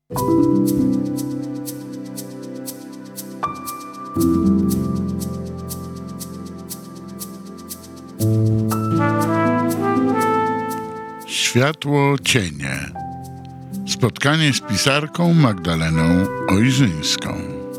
Światło cienie. Spotkanie z pisarką Magdaleną Ojrzyńską.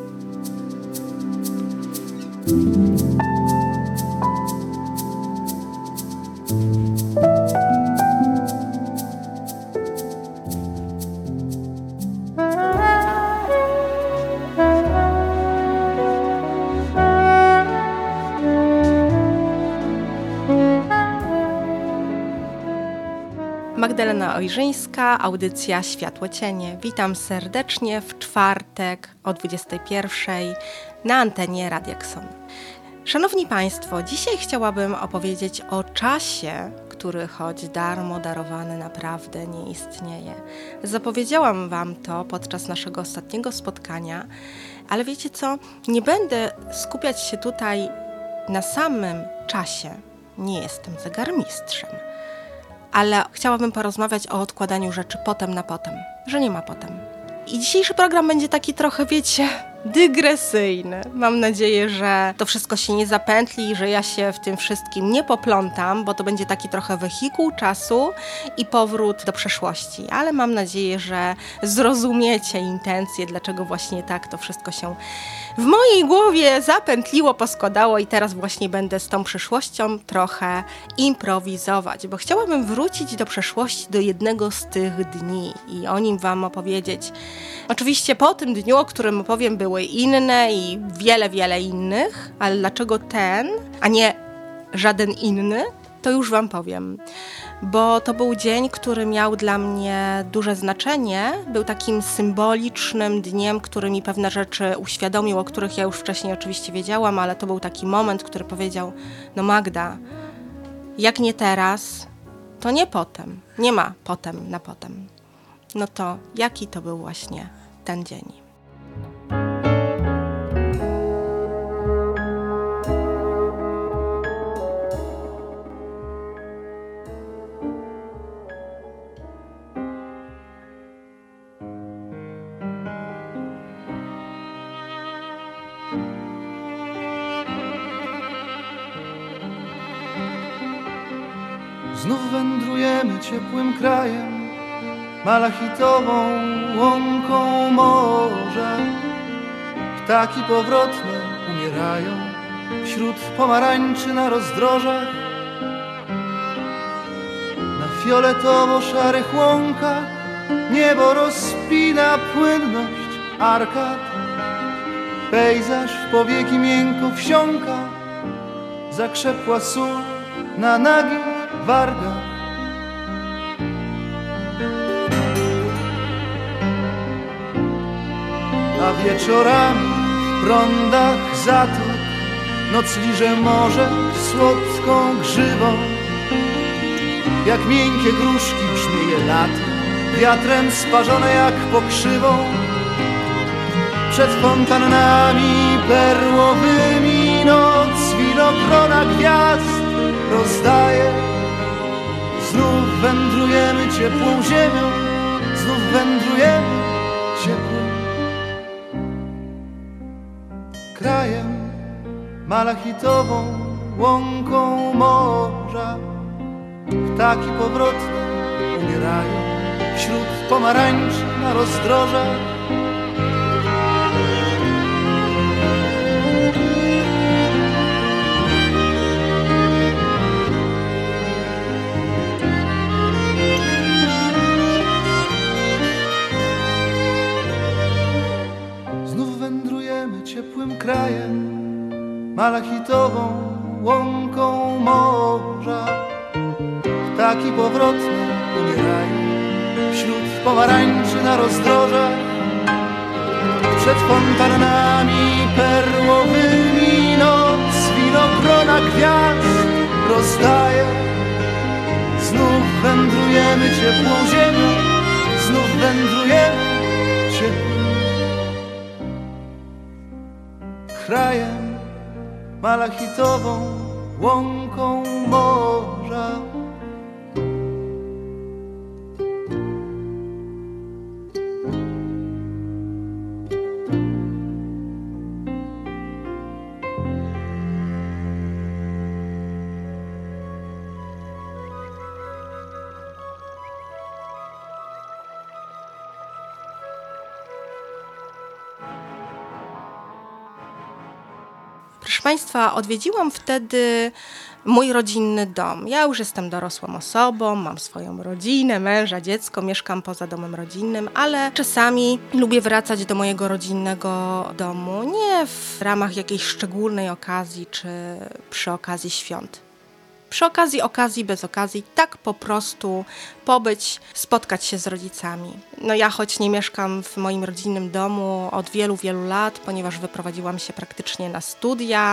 Magdalena Ojrzyńska, audycja Światło Cienie. Witam serdecznie w czwartek o 21:00 na antenie Radia Kson. Szanowni Państwo, dzisiaj chciałabym opowiedzieć o czasie, który choć darmo darowany naprawdę nie istnieje. Zapowiedziałam Wam to podczas naszego ostatniego spotkania, ale wiecie co? Nie będę skupiać się tutaj na samym czasie. Nie jestem zegarmistrzem. Ale chciałabym porozmawiać o odkładaniu rzeczy potem na potem, że nie ma potem. I dzisiejszy program będzie taki trochę, wiecie, dygresyjny. Mam nadzieję, że to wszystko się nie zapętli, że ja się w tym wszystkim nie poplątam, bo to będzie taki trochę wehikuł czasu i powrót do przeszłości. Ale mam nadzieję, że zrozumiecie intencje, dlaczego właśnie tak to wszystko się w mojej głowie zapętliło, poskładało i teraz właśnie będę z tą przyszłością trochę improwizować, bo chciałabym wrócić do przeszłości, do jednego z tych dni i o nim Wam opowiedzieć. Oczywiście po tym dniu, o którym opowiem, były inne i wiele innych, ale dlaczego ten, a nie żaden inny, to już Wam powiem. Bo to był dzień, który miał dla mnie duże znaczenie. Był takim symbolicznym dniem, który mi pewne rzeczy uświadomił, o których ja już wcześniej oczywiście wiedziałam, ale to był taki moment, który powiedział: no Magda, jak nie teraz, to nie potem. Nie ma potem na potem. No to jaki to był właśnie ten dzień? Znów wędrujemy ciepłym krajem, malachitową łąką morza. Ptaki powrotne umierają wśród pomarańczy na rozdrożach. Na fioletowo-szarych łąkach niebo rozpina płynność arkad. Pejzaż w powieki miękko wsiąka, zakrzepła sól na nagich wargach. A wieczorami w prądach zatok noc liże morze słodką grzywą. Jak miękkie gruszki brzmieje lato, wiatrem sparzone jak pokrzywą. Przed fontannami perłowymi noc winogrona gwiazd rozdaje. Znów wędrujemy ciepłą ziemią, znów wędrujemy ciepłym krajem, malachitową łąką morza. Ptaki powrotne umierają wśród pomarańczy na rozdrożach. Ciepłym krajem, malachitową łąką morza. Ptaki powrotne umierają wśród pomarańczy na rozdrożach. Przed fontannami perłowymi noc winogrona gwiazd rozdaje. Znów wędrujemy ciepłą ziemią, znów wędrujemy ciepłym krajem, malachitową łąką morza. Proszę Państwa, odwiedziłam wtedy mój rodzinny dom. Ja już jestem dorosłą osobą, mam swoją rodzinę, męża, dziecko, mieszkam poza domem rodzinnym, ale czasami lubię wracać do mojego rodzinnego domu, nie w ramach jakiejś szczególnej okazji czy przy okazji świąt. Przy okazji, bez okazji, tak po prostu pobyć, spotkać się z rodzicami. No ja choć nie mieszkam w moim rodzinnym domu od wielu, wielu lat, ponieważ wyprowadziłam się praktycznie na studia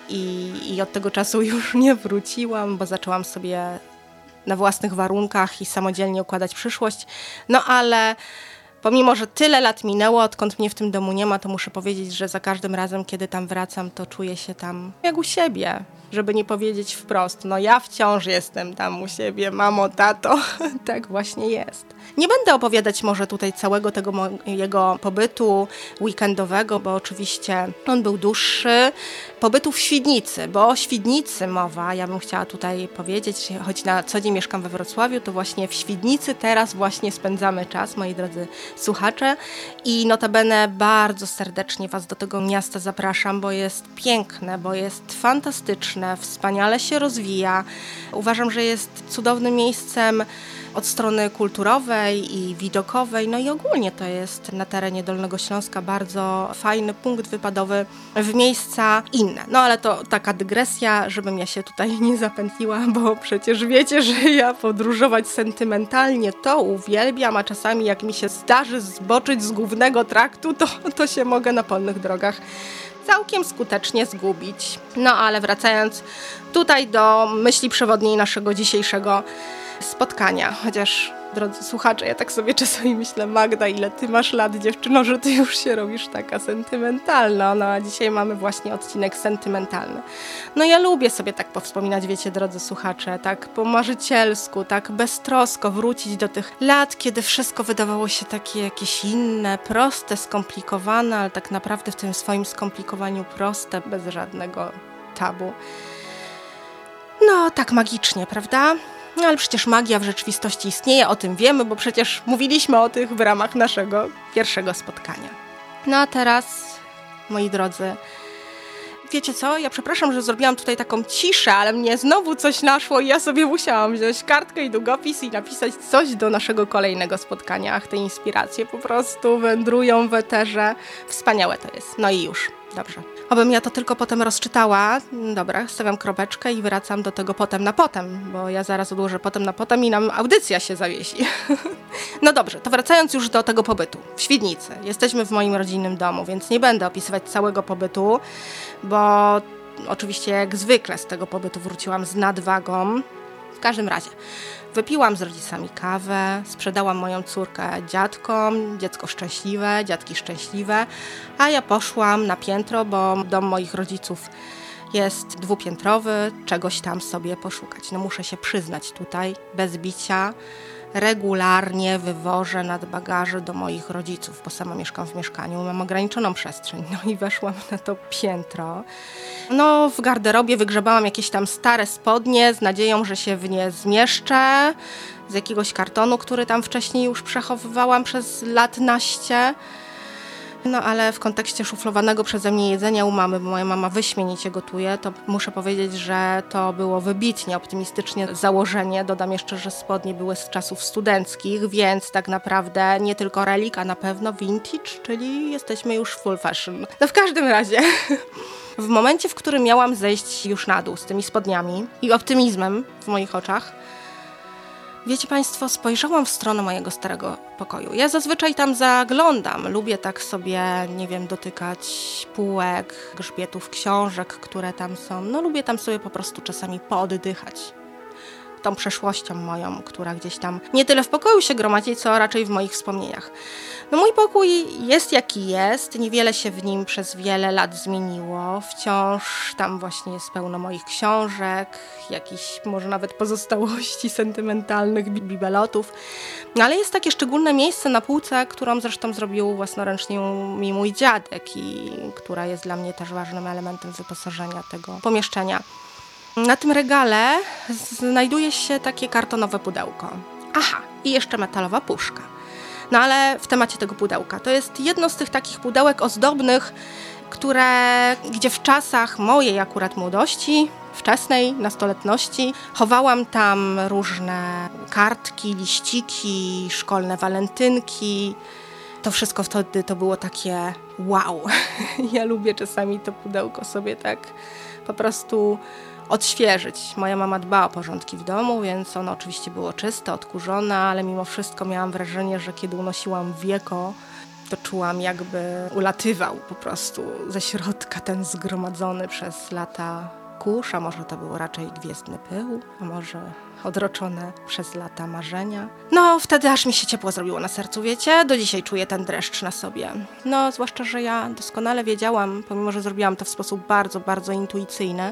i od tego czasu już nie wróciłam, bo zaczęłam sobie na własnych warunkach i samodzielnie układać przyszłość. No ale pomimo, że tyle lat minęło, odkąd mnie w tym domu nie ma, to muszę powiedzieć, że za każdym razem, kiedy tam wracam, to czuję się tam jak u siebie. Żeby nie powiedzieć wprost, no ja wciąż jestem tam u siebie, mamo, tato, tak właśnie jest. Nie będę opowiadać może tutaj całego tego mojego pobytu weekendowego, bo oczywiście on był dłuższy. Pobytu w Świdnicy, bo o Świdnicy mowa, ja bym chciała tutaj powiedzieć, choć na co dzień mieszkam we Wrocławiu, to właśnie w Świdnicy teraz właśnie spędzamy czas, moi drodzy słuchacze. I notabene bardzo serdecznie Was do tego miasta zapraszam, bo jest piękne, bo jest fantastyczne, wspaniale się rozwija. Uważam, że jest cudownym miejscem od strony kulturowej i widokowej, no i ogólnie to jest na terenie Dolnego Śląska bardzo fajny punkt wypadowy w miejsca inne. No ale to taka dygresja, żebym ja się tutaj nie zapętliła, bo przecież wiecie, że ja podróżować sentymentalnie to uwielbiam, a czasami jak mi się zdarzy zboczyć z głównego traktu, to się mogę na polnych drogach całkiem skutecznie zgubić. No ale wracając tutaj do myśli przewodniej naszego dzisiejszego spotkania, chociaż drodzy słuchacze, ja tak sobie czasami myślę, Magda, ile ty masz lat, dziewczyno, że ty już się robisz taka sentymentalna, no a dzisiaj mamy właśnie odcinek sentymentalny. No ja lubię sobie tak powspominać, wiecie, drodzy słuchacze, tak po marzycielsku, tak beztrosko wrócić do tych lat, kiedy wszystko wydawało się takie jakieś inne, proste, skomplikowane, ale tak naprawdę w tym swoim skomplikowaniu proste, bez żadnego tabu. No tak magicznie, prawda? No ale przecież magia w rzeczywistości istnieje, o tym wiemy, bo przecież mówiliśmy o tych w ramach naszego pierwszego spotkania. No a teraz, moi drodzy, wiecie co? Ja przepraszam, że zrobiłam tutaj taką ciszę, ale mnie znowu coś naszło i ja sobie musiałam wziąć kartkę i długopis i napisać coś do naszego kolejnego spotkania. Ach, te inspiracje po prostu wędrują w eterze. Wspaniałe to jest. No i już. Dobrze. Obym ja to tylko potem rozczytała. Dobra, stawiam kropeczkę i wracam do tego potem na potem, bo ja zaraz odłożę potem na potem i nam audycja się zawiesi. No dobrze, to wracając już do tego pobytu w Świdnicy. Jesteśmy w moim rodzinnym domu, więc nie będę opisywać całego pobytu, bo oczywiście jak zwykle z tego pobytu wróciłam z nadwagą. W każdym razie wypiłam z rodzicami kawę, sprzedałam moją córkę dziadkom, dziecko szczęśliwe, dziadki szczęśliwe, a ja poszłam na piętro, bo dom moich rodziców jest dwupiętrowy, czegoś tam sobie poszukać. No muszę się przyznać tutaj, bez bicia, regularnie wywożę nadbagaże do moich rodziców, bo sama mieszkam w mieszkaniu, mam ograniczoną przestrzeń. No i weszłam na to piętro. No w garderobie wygrzebałam jakieś tam stare spodnie z nadzieją, że się w nie zmieszczę, z jakiegoś kartonu, który tam wcześniej już przechowywałam przez lat naście. No ale w kontekście szuflowanego przeze mnie jedzenia u mamy, bo moja mama wyśmienicie gotuje, to muszę powiedzieć, że to było wybitnie optymistycznie założenie. Dodam jeszcze, że spodnie były z czasów studenckich, więc tak naprawdę nie tylko relik, a na pewno vintage, czyli jesteśmy już full fashion. No w każdym razie, w momencie, w którym miałam zejść już na dół z tymi spodniami i optymizmem w moich oczach, wiecie Państwo, spojrzałam w stronę mojego starego pokoju. Ja zazwyczaj tam zaglądam. Lubię tak sobie, nie wiem, dotykać półek, grzbietów książek, które tam są. No lubię tam sobie po prostu czasami pooddychać tą przeszłością moją, która gdzieś tam nie tyle w pokoju się gromadzi, co raczej w moich wspomnieniach. No mój pokój jest jaki jest, niewiele się w nim przez wiele lat zmieniło. Wciąż tam właśnie jest pełno moich książek, jakichś może nawet pozostałości sentymentalnych, bibelotów. No ale jest takie szczególne miejsce na półce, którą zresztą zrobił własnoręcznie mi mój dziadek i która jest dla mnie też ważnym elementem wyposażenia tego pomieszczenia. Na tym regale znajduje się takie kartonowe pudełko. Aha, i jeszcze metalowa puszka. No ale w temacie tego pudełka. To jest jedno z tych takich pudełek ozdobnych, gdzie w czasach mojej akurat młodości, wczesnej nastoletności, chowałam tam różne kartki, liściki, szkolne walentynki. To wszystko wtedy to było takie wow. Ja lubię czasami to pudełko sobie tak po prostu odświeżyć. Moja mama dba o porządki w domu, więc ono oczywiście było czyste, odkurzone, ale mimo wszystko miałam wrażenie, że kiedy unosiłam wieko, to czułam, jakby ulatywał po prostu ze środka ten zgromadzony przez lata kurz, a może to był raczej gwiezdny pył, a może odroczone przez lata marzenia. No, wtedy aż mi się ciepło zrobiło na sercu, wiecie? Do dzisiaj czuję ten dreszcz na sobie. No, zwłaszcza, że ja doskonale wiedziałam, pomimo że zrobiłam to w sposób bardzo, bardzo intuicyjny,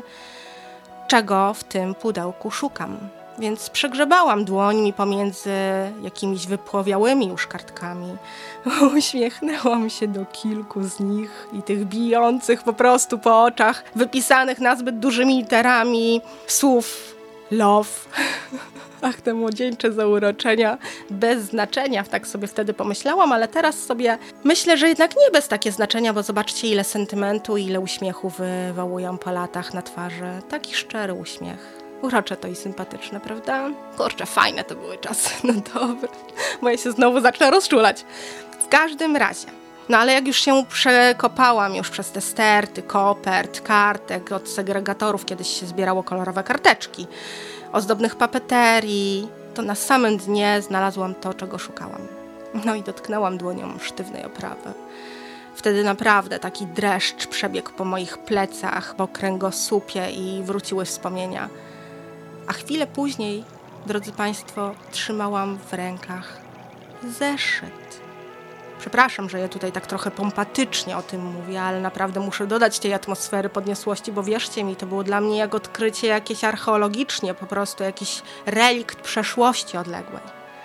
czego w tym pudełku szukam. Więc przegrzebałam dłońmi pomiędzy jakimiś wypłowiałymi już kartkami. Uśmiechnęłam się do kilku z nich i tych bijących po prostu po oczach, wypisanych nazbyt dużymi literami słów love. Ach, te młodzieńcze zauroczenia bez znaczenia, tak sobie wtedy pomyślałam, ale teraz sobie myślę, że jednak nie bez takie znaczenia, bo zobaczcie, ile sentymentu, ile uśmiechu wywołują po latach na twarzy. Taki szczery uśmiech. Urocze to i sympatyczne, prawda? Kurczę, fajne to były czasy. No dobra, bo ja się znowu zacznę rozczulać. W każdym razie. No ale jak już się przekopałam już przez te sterty, kopert, kartek, od segregatorów, kiedyś się zbierało kolorowe karteczki, ozdobnych papeterii, to na samym dnie znalazłam to, czego szukałam. No i dotknęłam dłonią sztywnej oprawy. Wtedy naprawdę taki dreszcz przebiegł po moich plecach, po kręgosłupie i wróciły wspomnienia. A chwilę później, drodzy Państwo, trzymałam w rękach zeszyt. Przepraszam, że ja tutaj tak trochę pompatycznie o tym mówię, ale naprawdę muszę dodać tej atmosfery podniosłości, bo wierzcie mi, to było dla mnie jak odkrycie jakieś archeologicznie, po prostu jakiś relikt przeszłości odległej.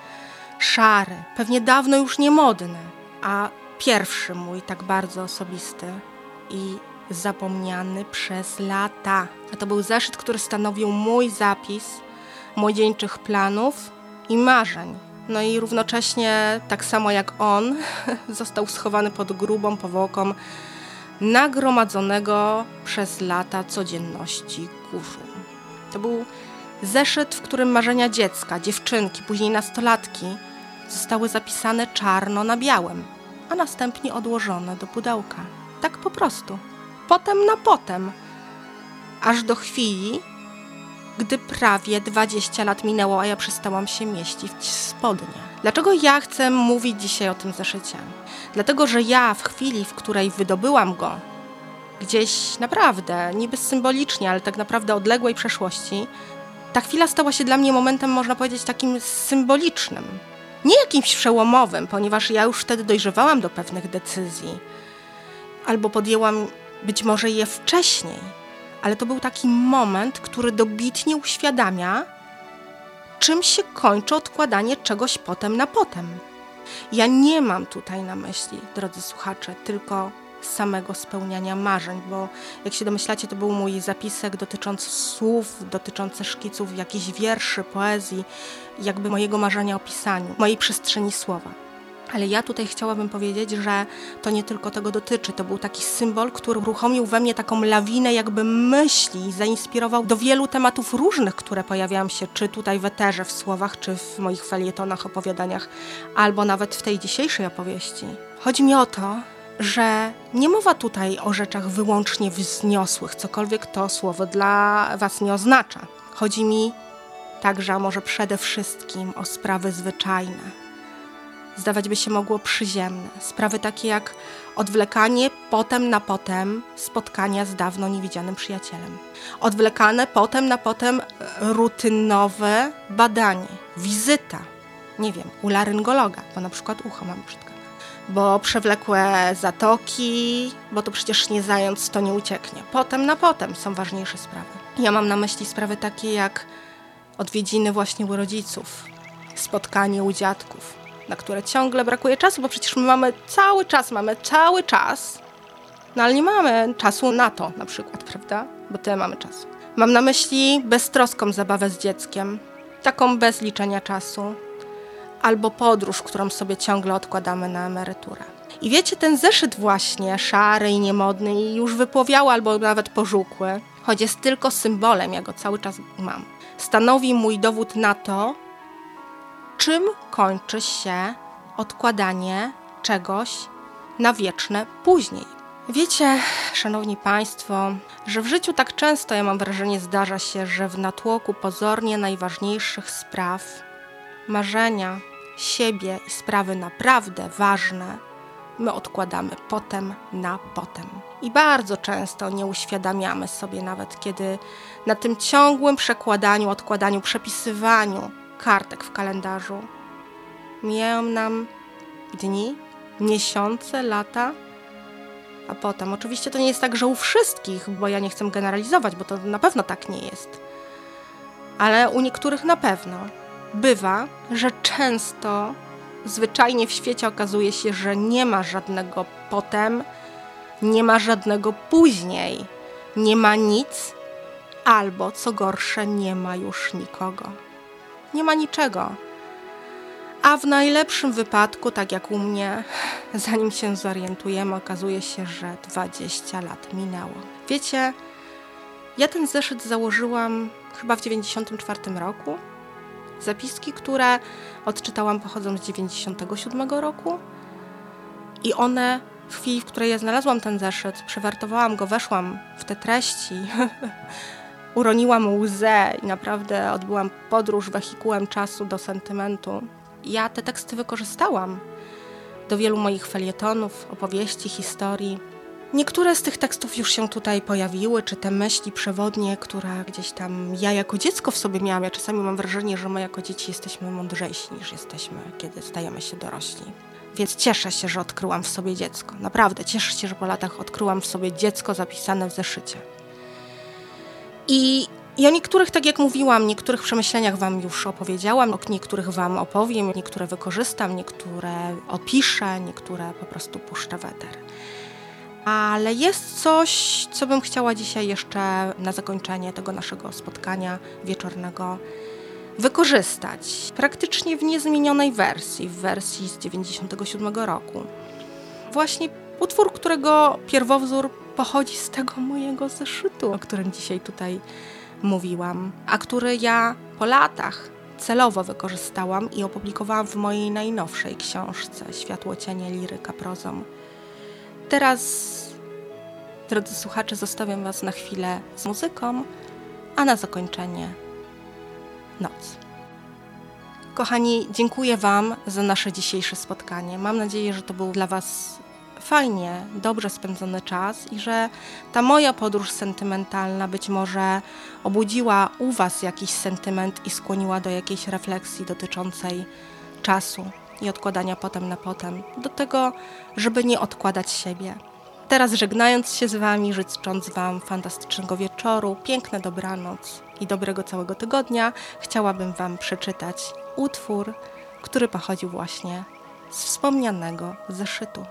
Szary, pewnie dawno już niemodny, a pierwszy mój tak bardzo osobisty i zapomniany przez lata. A to był zeszyt, który stanowił mój zapis młodzieńczych planów i marzeń. No i równocześnie, tak samo jak on, został schowany pod grubą powłoką nagromadzonego przez lata codzienności kurzu. To był zeszyt, w którym marzenia dziecka, dziewczynki, później nastolatki zostały zapisane czarno na białym, a następnie odłożone do pudełka. Tak po prostu. Potem na potem. Aż do chwili, gdy prawie 20 lat minęło, a ja przestałam się mieścić w spodnie. Dlaczego ja chcę mówić dzisiaj o tym zeszycie? Dlatego, że ja w chwili, w której wydobyłam go, gdzieś naprawdę, niby symbolicznie, ale tak naprawdę odległej przeszłości, ta chwila stała się dla mnie momentem, można powiedzieć, takim symbolicznym. Nie jakimś przełomowym, ponieważ ja już wtedy dojrzewałam do pewnych decyzji. Albo podjęłam być może je wcześniej. Ale to był taki moment, który dobitnie uświadamia, czym się kończy odkładanie czegoś potem na potem. Ja nie mam tutaj na myśli, drodzy słuchacze, tylko samego spełniania marzeń, bo jak się domyślacie, to był mój zapisek dotyczący słów, dotyczący szkiców jakichś wierszy, poezji, jakby mojego marzenia o pisaniu, mojej przestrzeni słowa. Ale ja tutaj chciałabym powiedzieć, że to nie tylko tego dotyczy. To był taki symbol, który uruchomił we mnie taką lawinę jakby myśli i zainspirował do wielu tematów różnych, które pojawiają się czy tutaj w eterze, w słowach, czy w moich felietonach, opowiadaniach, albo nawet w tej dzisiejszej opowieści. Chodzi mi o to, że nie mowa tutaj o rzeczach wyłącznie wzniosłych, cokolwiek to słowo dla was nie oznacza. Chodzi mi także, a może przede wszystkim o sprawy zwyczajne. Zdawać by się mogło przyziemne. Sprawy takie jak odwlekanie potem na potem spotkania z dawno niewidzianym przyjacielem. Odwlekane potem na potem rutynowe badanie, wizyta, nie wiem, u laryngologa, bo na przykład ucho mam brzydkie. Bo przewlekłe zatoki, bo to przecież nie zając, to nie ucieknie. Potem na potem są ważniejsze sprawy. Ja mam na myśli sprawy takie jak odwiedziny właśnie u rodziców, spotkanie u dziadków, na które ciągle brakuje czasu, bo przecież my mamy cały czas, no ale nie mamy czasu na to na przykład, prawda? Bo tyle mamy czasu. Mam na myśli beztroską zabawę z dzieckiem, taką bez liczenia czasu, albo podróż, którą sobie ciągle odkładamy na emeryturę. I wiecie, ten zeszyt właśnie, szary i niemodny i już wypłowiały albo nawet pożółkły, choć jest tylko symbolem, ja go cały czas mam, stanowi mój dowód na to, czym kończy się odkładanie czegoś na wieczne później. Wiecie, szanowni państwo, że w życiu tak często, ja mam wrażenie, zdarza się, że w natłoku pozornie najważniejszych spraw, marzenia, siebie i sprawy naprawdę ważne, my odkładamy potem na potem. I bardzo często nie uświadamiamy sobie nawet, kiedy na tym ciągłym przekładaniu, odkładaniu, przepisywaniu kartek w kalendarzu mijają nam dni, miesiące, lata, a potem, oczywiście to nie jest tak, że u wszystkich, bo ja nie chcę generalizować, bo to na pewno tak nie jest, ale u niektórych na pewno bywa, że często zwyczajnie w świecie okazuje się, że nie ma żadnego potem, nie ma żadnego później, nie ma nic, albo co gorsze, nie ma już nikogo. Nie ma niczego. A w najlepszym wypadku, tak jak u mnie, zanim się zorientujemy, okazuje się, że 20 lat minęło. Wiecie, ja ten zeszyt założyłam chyba w 1994 roku. Zapiski, które odczytałam, pochodzą z 1997 roku i one w chwili, w której ja znalazłam ten zeszyt, przewertowałam go, weszłam w te treści, uroniłam łzę i naprawdę odbyłam podróż wehikułem czasu do sentymentu. Ja te teksty wykorzystałam do wielu moich felietonów, opowieści, historii. Niektóre z tych tekstów już się tutaj pojawiły, czy te myśli przewodnie, które gdzieś tam ja jako dziecko w sobie miałam. Ja czasami mam wrażenie, że my jako dzieci jesteśmy mądrzejsi niż jesteśmy, kiedy stajemy się dorośli. Więc cieszę się, że odkryłam w sobie dziecko. Naprawdę cieszę się, że po latach odkryłam w sobie dziecko zapisane w zeszycie. I o niektórych, tak jak mówiłam, niektórych przemyśleniach wam już opowiedziałam, o niektórych wam opowiem, niektóre wykorzystam, niektóre opiszę, niektóre po prostu puszczę w eter. Ale jest coś, co bym chciała dzisiaj jeszcze na zakończenie tego naszego spotkania wieczornego wykorzystać. Praktycznie w niezmienionej wersji, w wersji z 1997 roku. Właśnie utwór, którego pierwowzór pochodzi z tego mojego zeszytu, o którym dzisiaj tutaj mówiłam, a który ja po latach celowo wykorzystałam i opublikowałam w mojej najnowszej książce Światło, cienie, liryka, prozą. Teraz, drodzy słuchacze, zostawiam was na chwilę z muzyką, a na zakończenie noc. Kochani, dziękuję wam za nasze dzisiejsze spotkanie. Mam nadzieję, że to był dla was fajnie, dobrze spędzony czas i że ta moja podróż sentymentalna być może obudziła u was jakiś sentyment i skłoniła do jakiejś refleksji dotyczącej czasu i odkładania potem na potem, do tego, żeby nie odkładać siebie. Teraz żegnając się z wami, życząc wam fantastycznego wieczoru, piękne dobranoc i dobrego całego tygodnia, chciałabym wam przeczytać utwór, który pochodził właśnie z wspomnianego zeszytu.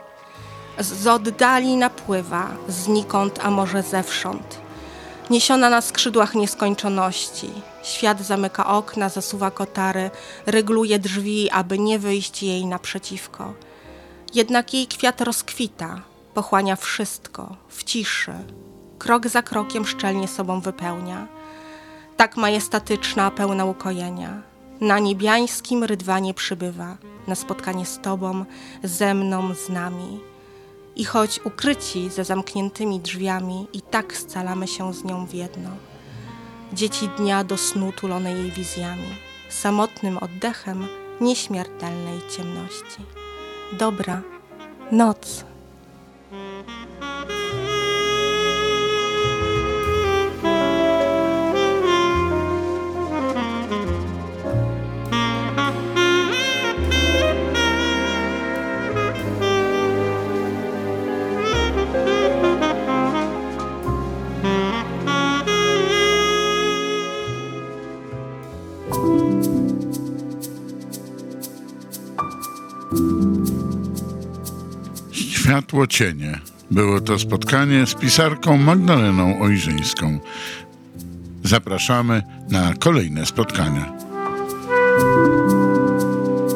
Z oddali napływa, znikąd, a może zewsząd. Niesiona na skrzydłach nieskończoności. Świat zamyka okna, zasuwa kotary, rygluje drzwi, aby nie wyjść jej naprzeciwko. Jednak jej kwiat rozkwita, pochłania wszystko, w ciszy. Krok za krokiem szczelnie sobą wypełnia. Tak majestatyczna, pełna ukojenia. Na niebiańskim rydwanie przybywa, na spotkanie z tobą, ze mną, z nami. I choć ukryci za zamkniętymi drzwiami, i tak scalamy się z nią w jedno. Dzieci dnia do snu tulone jej wizjami, samotnym oddechem nieśmiertelnej ciemności. Dobra noc. Światło, cienie. Było to spotkanie z pisarką Magdaleną Ojrzyńską. Zapraszamy na kolejne spotkania.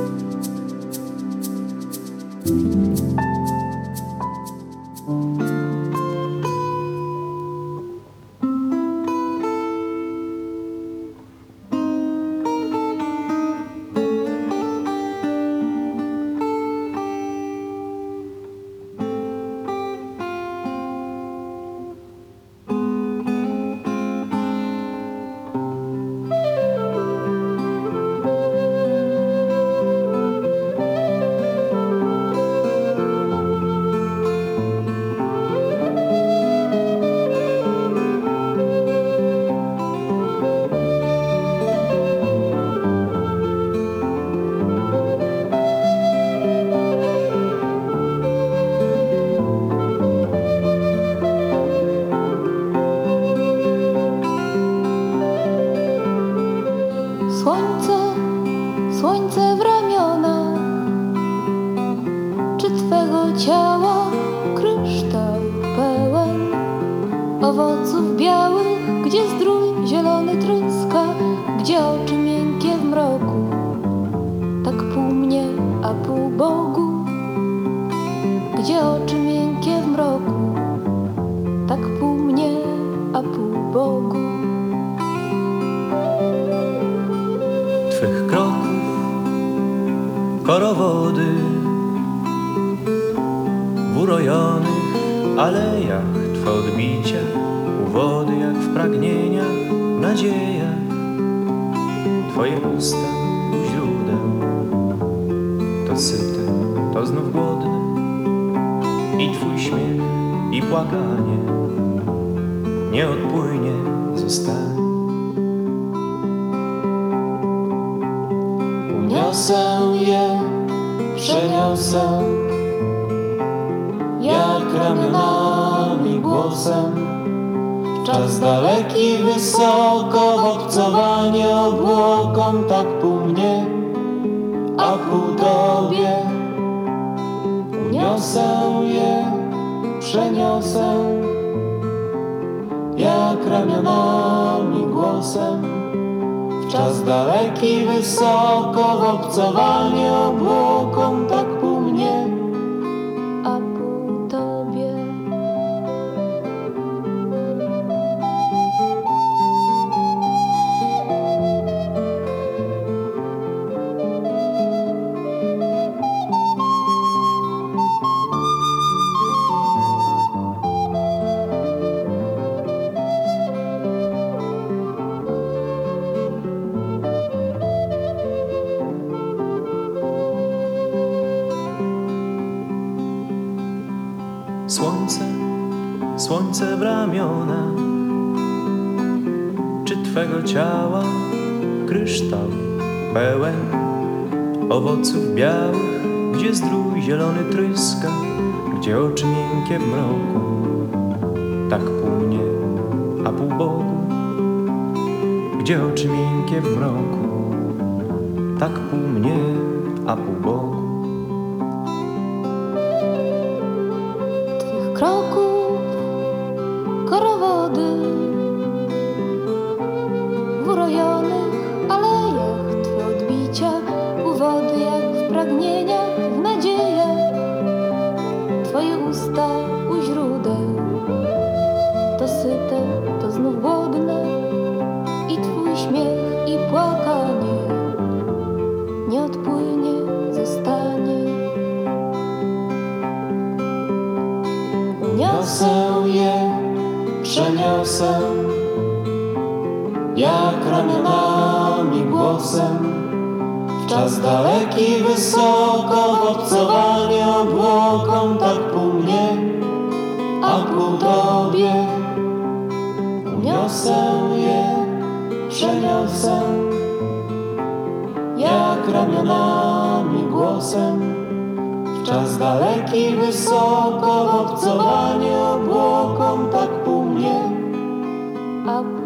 Słońce w ramiona, czy twego ciała kryształ pełen owoców białych, gdzie zdrój zielony tryska, gdzie oczy miękkie w mroku, tak pół mnie, a pół Bogu, gdzie oczy miękkie w mroku, tak pół mnie, a pół Bogu. Twych kroków korowody w urojonych alejach, Twe odbicia u wody jak w pragnieniach, nadziejach, Twoje usta u źródeł, to syte, to znów głodne, i Twój śmiech i płakanie nieodpójnie zostanie. Uniosę je, przeniosę, jak ramionami głosem, czas daleki wysoko, w obcowanie obłokom, tak pół mnie, a pół Tobie. Uniosę je, przeniosę, jak ramionami głosem, czas daleki wysoko, w obcowanie obłokom, tak pół mnie, a pół Tobie. Słońce w ramiona, czy Twego ciała kryształ pełen owoców białych, gdzie zdrój zielony tryska, gdzie oczy miękkie w mroku, tak pół mnie, a pół Bogu, gdzie oczy miękkie w mroku, tak pół mnie, a pół Bogu. Twych kroków korowody w urojonych alejach, Twe odbicia u wody jak w pragnieniach, w nadziejach, Twoje usta u źródeł, to syte, to znów głodne, i Twój śmiech i płakanie nieodpójnie zostanie. Uniosę je, przeniosę, jak ramionami głosem, w czas daleki wysoko, w obcowanie obłokom, tak pół mnie, a pół Tobie. Uniosę je, przeniosę, jak ramionami głosem, w czas daleki wysoko, w obcowanie obłokom, tak pół mnie, a